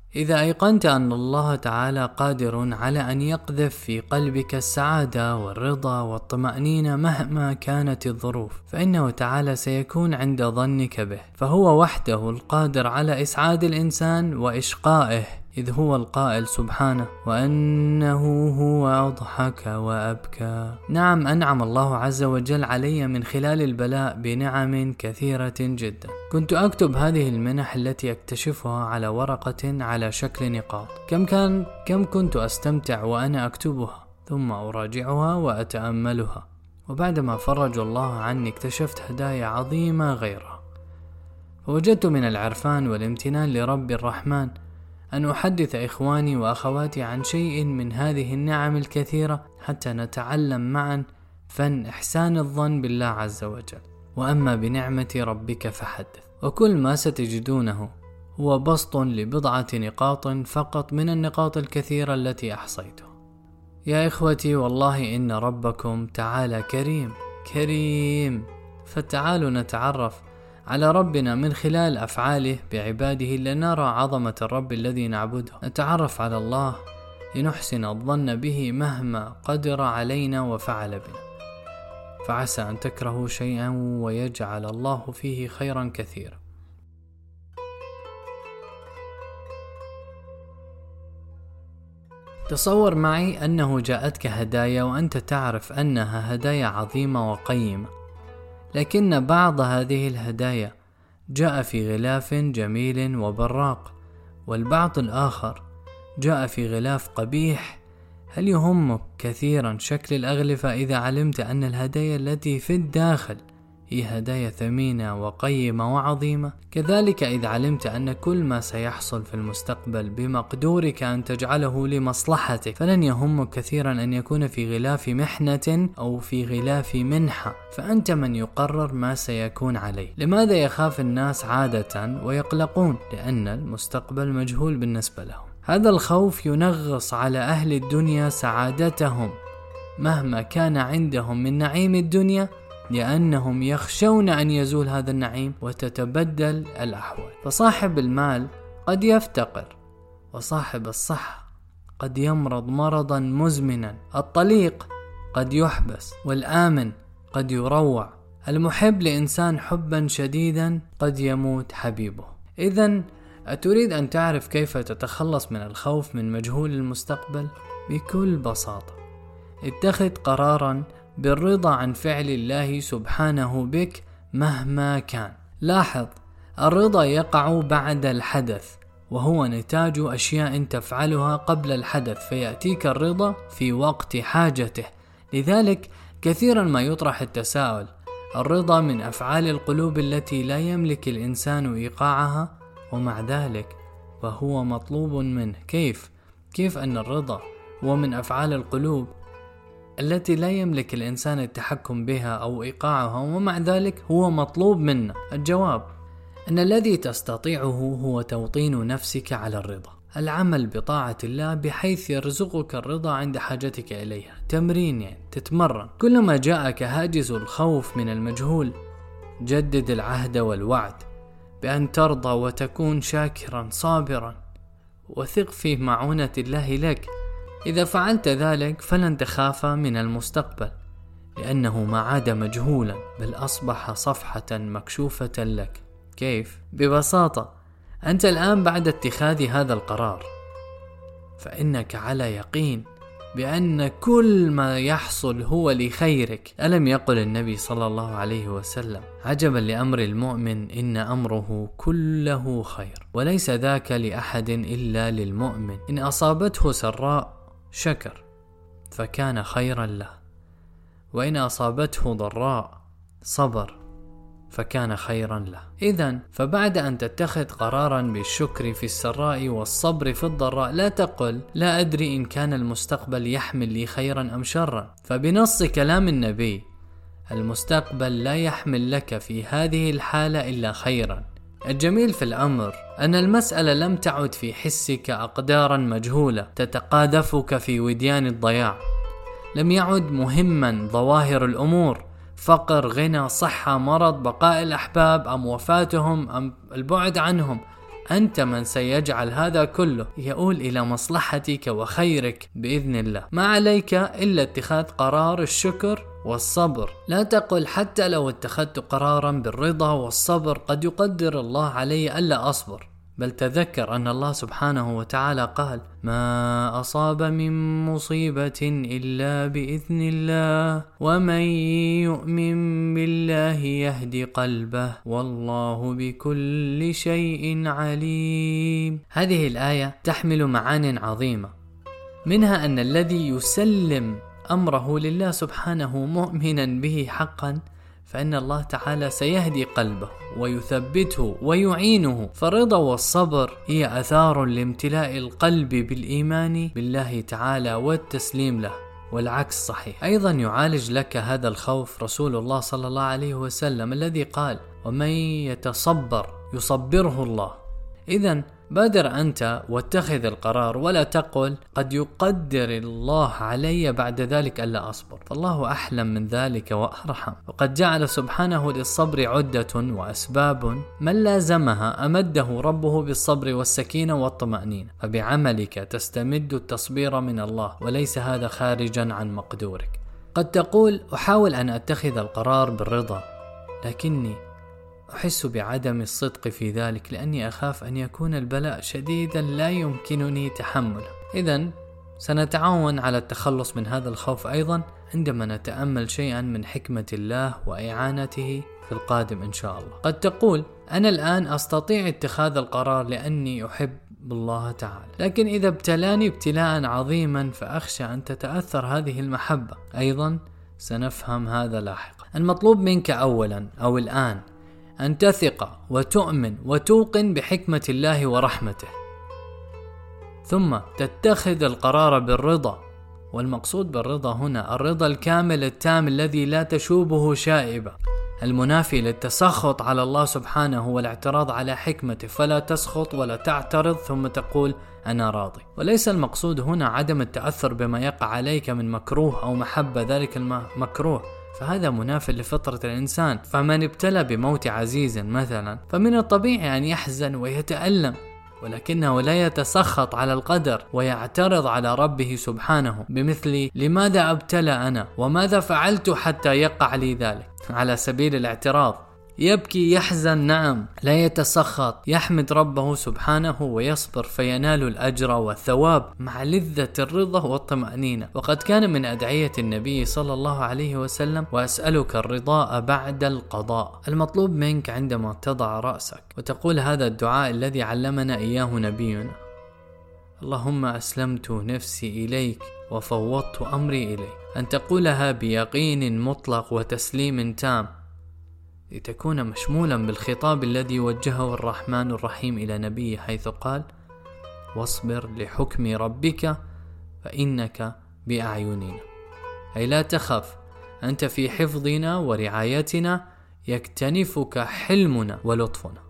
إذا أيقنت أن الله تعالى قادر على أن يقذف في قلبك السعادة والرضا والطمأنينة مهما كانت الظروف، فإنه تعالى سيكون عند ظنك به، فهو وحده القادر على إسعاد الإنسان وإشقائه، إذ هو القائل سبحانه: وأنه هو أضحك وأبكى. نعم، أنعم الله عز وجل علي من خلال البلاء بنعم كثيرة جدا. كنت أكتب هذه المنح التي أكتشفها على ورقة على شكل نقاط. كم كنت أستمتع وأنا أكتبها، ثم أراجعها وأتأملها، وبعدما فرج الله عني اكتشفت هدايا عظيمة غيرها. فوجدت من العرفان والامتنان لرب الرحمن أن أحدث إخواني وأخواتي عن شيء من هذه النعم الكثيرة حتى نتعلم معا فن إحسان الظن بالله عز وجل. وأما بنعمة ربك فحدث. وكل ما ستجدونه هو بسط لبضعة نقاط فقط من النقاط الكثيرة التي أحصيتها. يا إخوتي، والله إن ربكم تعالى كريم، فتعالوا نتعرف على ربنا من خلال أفعاله بعباده لنرى عظمة الرب الذي نعبده. نتعرف على الله لنحسن الظن به مهما قدر علينا وفعل بنا، فعسى أن تكرهوا شيئا ويجعل الله فيه خيرا كثيرا. تصور معي أنه جاءتك هدايا وأنت تعرف أنها هدايا عظيمة وقيمة، لكن بعض هذه الهدايا جاء في غلاف جميل وبراق، والبعض الآخر جاء في غلاف قبيح. هل يهمك كثيرا شكل الأغلفة إذا علمت أن الهدايا التي في الداخل هي هدايا ثمينة وقيمة وعظيمة؟ كذلك إذا علمت أن كل ما سيحصل في المستقبل بمقدورك أن تجعله لمصلحتك، فلن يهمك كثيرا أن يكون في غلاف محنة أو في غلاف منحة، فأنت من يقرر ما سيكون عليه. لماذا يخاف الناس عادة ويقلقون؟ لأن المستقبل مجهول بالنسبة لهم. هذا الخوف ينغص على أهل الدنيا سعادتهم مهما كان عندهم من نعيم الدنيا، لأنهم يخشون أن يزول هذا النعيم وتتبدل الأحوال. فصاحب المال قد يفتقر، وصاحب الصحة قد يمرض مرضا مزمنا، الطليق قد يحبس، والآمن قد يروع، المحب لإنسان حبا شديدا قد يموت حبيبه. إذن أتريد أن تعرف كيف تتخلص من الخوف من مجهول المستقبل؟ بكل بساطة اتخذ قرارا بالرضا عن فعل الله سبحانه بك مهما كان. لاحظ، الرضا يقع بعد الحدث، وهو نتاج أشياء تفعلها قبل الحدث، فيأتيك الرضا في وقت حاجته. لذلك كثيرا ما يطرح التساؤل: الرضا من أفعال القلوب التي لا يملك الإنسان إيقاعها، ومع ذلك فهو مطلوب منه. كيف أن الرضا هو من أفعال القلوب التي لا يملك الإنسان التحكم بها أو إيقاعها، ومع ذلك هو مطلوب منا؟ الجواب أن الذي تستطيعه هو توطين نفسك على الرضا، العمل بطاعة الله بحيث يرزقك الرضا عند حاجتك إليها. تمرين، يعني تتمرن. كلما جاءك هاجس الخوف من المجهول، جدد العهد والوعد بأن ترضى وتكون شاكرا صابرا، وثق في معونة الله لك. إذا فعلت ذلك فلن تخاف من المستقبل، لأنه ما عاد مجهولا، بل أصبح صفحة مكشوفة لك. كيف؟ ببساطة، أنت الآن بعد اتخاذ هذا القرار فإنك على يقين بأن كل ما يحصل هو لخيرك. ألم يقل النبي صلى الله عليه وسلم: عجبا لأمر المؤمن، إن أمره كله خير، وليس ذاك لأحد إلا للمؤمن، إن أصابته سراء شكر فكان خيرا له، وإن أصابته ضراء صبر فكان خيرا له. إذن فبعد أن تتخذ قرارا بالشكر في السراء والصبر في الضراء، لا تقل لا أدري إن كان المستقبل يحمل لي خيرا أم شرا، فبنص كلام النبي المستقبل لا يحمل لك في هذه الحالة إلا خيرا. الجميل في الأمر أن المسألة لم تعد في حسك أقدارا مجهولة تتقاذفك في وديان الضياع. لم يعد مهما ظواهر الأمور: فقر، غنى، صحة، مرض، بقاء الأحباب أم وفاتهم أم البعد عنهم. أنت من سيجعل هذا كله يؤول إلى مصلحتك وخيرك بإذن الله. ما عليك إلا اتخاذ قرار الشكر والصبر. لا تقل حتى لو اتخذت قرارا بالرضا والصبر قد يقدر الله علي ألا أصبر، بل تذكر أن الله سبحانه وتعالى قال: ما أصاب من مصيبة إلا بإذن الله ومن يؤمن بالله يهدي قلبه والله بكل شيء عليم. هذه الآية تحمل معان عظيمة، منها أن الذي يسلم أمره لله سبحانه مؤمنا به حقا فإن الله تعالى سيهدي قلبه ويثبته ويعينه. فالرضا والصبر هي أثار لامتلاء القلب بالإيمان بالله تعالى والتسليم له، والعكس صحيح. أيضا يعالج لك هذا الخوف رسول الله صلى الله عليه وسلم الذي قال: ومن يتصبر يصبره الله. إذن بادر أنت واتخذ القرار، ولا تقل قد يقدر الله علي بعد ذلك ألا أصبر، فالله أحلم من ذلك وأرحم. وقد جعل سبحانه للصبر عدة وأسباب، من لازمها أمده ربه بالصبر والسكينة والطمأنينة، فبعملك تستمد التصبير من الله، وليس هذا خارجا عن مقدورك. قد تقول: أحاول أن أتخذ القرار بالرضا، لكني أحس بعدم الصدق في ذلك لأني أخاف أن يكون البلاء شديدا لا يمكنني تحمله. إذن سنتعاون على التخلص من هذا الخوف أيضا عندما نتأمل شيئا من حكمة الله وإعانته في القادم إن شاء الله. قد تقول: أنا الآن أستطيع اتخاذ القرار لأني أحب الله تعالى، لكن إذا ابتلاني ابتلاء عظيما فأخشى أن تتأثر هذه المحبة. أيضا سنفهم هذا لاحقا. المطلوب منك أولا أو الآن أن تثق وتؤمن وتوقن بحكمة الله ورحمته، ثم تتخذ القرار بالرضا. والمقصود بالرضا هنا الرضا الكامل التام الذي لا تشوبه شائبة، المنافي للتسخط على الله سبحانه والاعتراض على حكمته. فلا تسخط ولا تعترض ثم تقول أنا راضي. وليس المقصود هنا عدم التأثر بما يقع عليك من مكروه أو محبة ذلك المكروه، فهذا مناف لفطرة الإنسان. فمن ابتلى بموت عزيز مثلا فمن الطبيعي أن يحزن ويتألم، ولكنه لا يتسخط على القدر ويعترض على ربه سبحانه بمثل: لماذا ابتلى أنا وماذا فعلت حتى يقع لي ذلك؟ على سبيل الاعتراض. يبكي يحزن نعم، لا يتسخط، يحمد ربه سبحانه ويصبر فينال الأجر والثواب مع لذة الرضا والطمأنينة. وقد كان من أدعية النبي صلى الله عليه وسلم: وأسألك الرضاء بعد القضاء. المطلوب منك عندما تضع رأسك وتقول هذا الدعاء الذي علمنا إياه نبينا: اللهم أسلمت نفسي إليك وفوضت أمري إليك، أن تقولها بيقين مطلق وتسليم تام، لتكون مشمولا بالخطاب الذي وجهه الرحمن الرحيم إلى نبيه، حيث قال: واصبر لحكم ربك فإنك بأعيننا. أي لا تخف، أنت في حفظنا ورعايتنا، يكتنفك حلمنا ولطفنا.